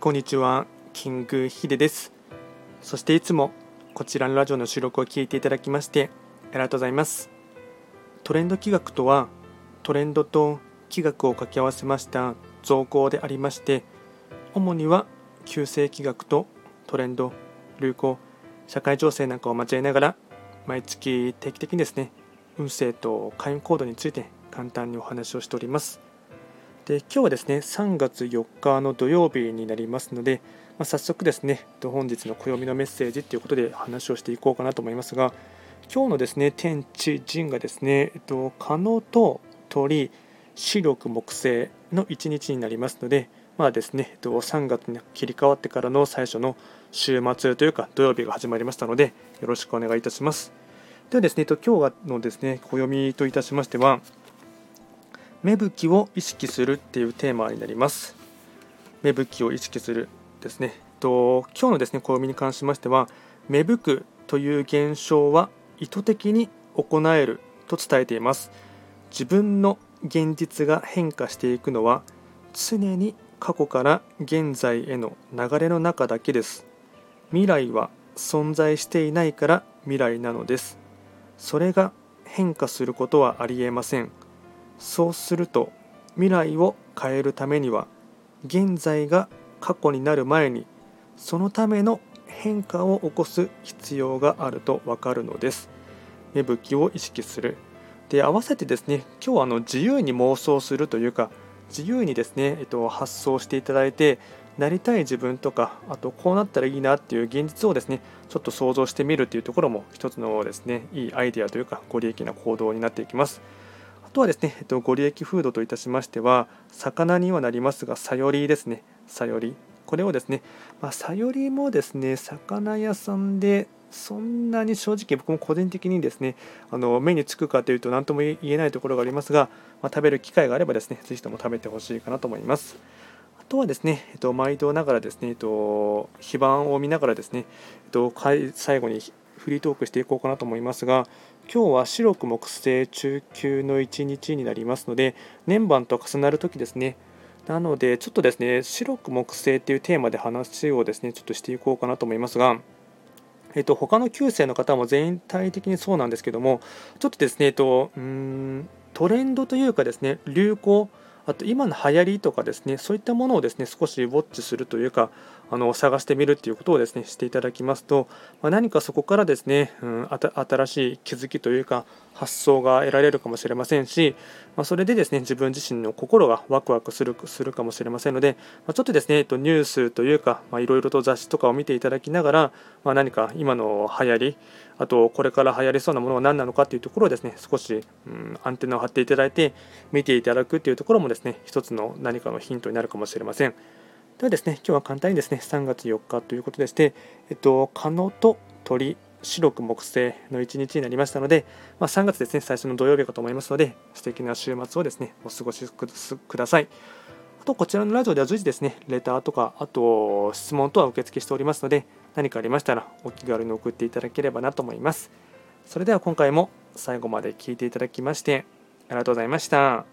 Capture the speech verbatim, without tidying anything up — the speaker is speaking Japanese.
こんにちは、キングヒデです。そしていつもこちらのラジオの収録を聞いていただきましてありがとうございます。トレンド企画とは、トレンドと企画を掛け合わせました造語でありまして、主には旧世企画とトレンド、流行、社会情勢なんかを交えながら、毎月定期的にですね、運勢と開運行動について簡単にお話をしております。で今日はですねさんがつよっかの土曜日になりますので、まあ、早速ですね本日の暦のメッセージということで話をしていこうかなと思いますが、今日のですね天地人がですね、えっと、可能と鳥、視力木星のいちにちになりますので、まあですね、えっと、さんがつに切り替わってからの最初の週末というか土曜日が始まりましたので、よろしくお願いいたします。ではですね、えっと、今日のですね暦といたしましては、芽吹きを意識するっていうテーマになります。芽吹きを意識するですね。と今日のですね暦に関しましては、芽吹くという現象は意図的に行えると伝えています。自分の現実が変化していくのは常に過去から現在への流れの中だけです。未来は存在していないから未来なのです。それが変化することはありえません。そうすると未来を変えるためには、現在が過去になる前にそのための変化を起こす必要があるとわかるのです。芽吹きを意識する。で、合わせてですね、今日はあの自由に妄想するというか、自由にですね、えっと、発想していただいて、なりたい自分とか、あとこうなったらいいなっていう現実をですね、ちょっと想像してみるというところも一つのですね、いいアイデアというか、ご利益な行動になっていきます。あとはですね、えっと、ご利益フードといたしましては、魚にはなりますが、さよりですね、さより。これをですね、まあ、さよりもですね、魚屋さんで、そんなに正直僕も個人的にですね、あの目につくかというと何とも言えないところがありますが、まあ、食べる機会があればですね、ぜひとも食べてほしいかなと思います。あとはですね、えっと、毎度ながらですね、えっと、非番を見ながらですね、えっと、最後にフリートークしていこうかなと思いますが、今日は白く木星中級のいちにちになりますので、年番と重なるときですね。なので、ちょっとですね、白く木星というテーマで話をですね、ちょっとしていこうかなと思いますが、えっと、他のきゅう世の方も全体的にそうなんですけども、ちょっとですね、えっと、うーんトレンドというかですね、流行、あと今の流行りとかですね、そういったものをですね、少しウォッチするというか、あの探してみるということをですね、していただきますと、まあ、何かそこからですね、うん、あた新しい気づきというか、発想が得られるかもしれませんし、まあ、それでですね、自分自身の心がワクワクするするかもしれませんので、まあ、ちょっとですね、えっと、ニュースというか、いろいろと雑誌とかを見ていただきながら、まあ、何か今の流行り、あとこれから流行りそうなものは何なのかというところをですね、少し、うん、アンテナを張っていただいて見ていただくというところもですね、一つの何かのヒントになるかもしれません。ではですね、今日は簡単にですね、さんがつよっかということでして、えっと、カノと鳥、白く木星のいちにちになりましたので、まあ、さんがつですね、最初の土曜日かと思いますので、素敵な週末をですね、お過ごしください。あと、こちらのラジオでは随時ですね、レターとか、あと質問等は受付しておりますので、何かありましたらお気軽に送っていただければなと思います。それでは今回も最後まで聞いていただきましてありがとうございました。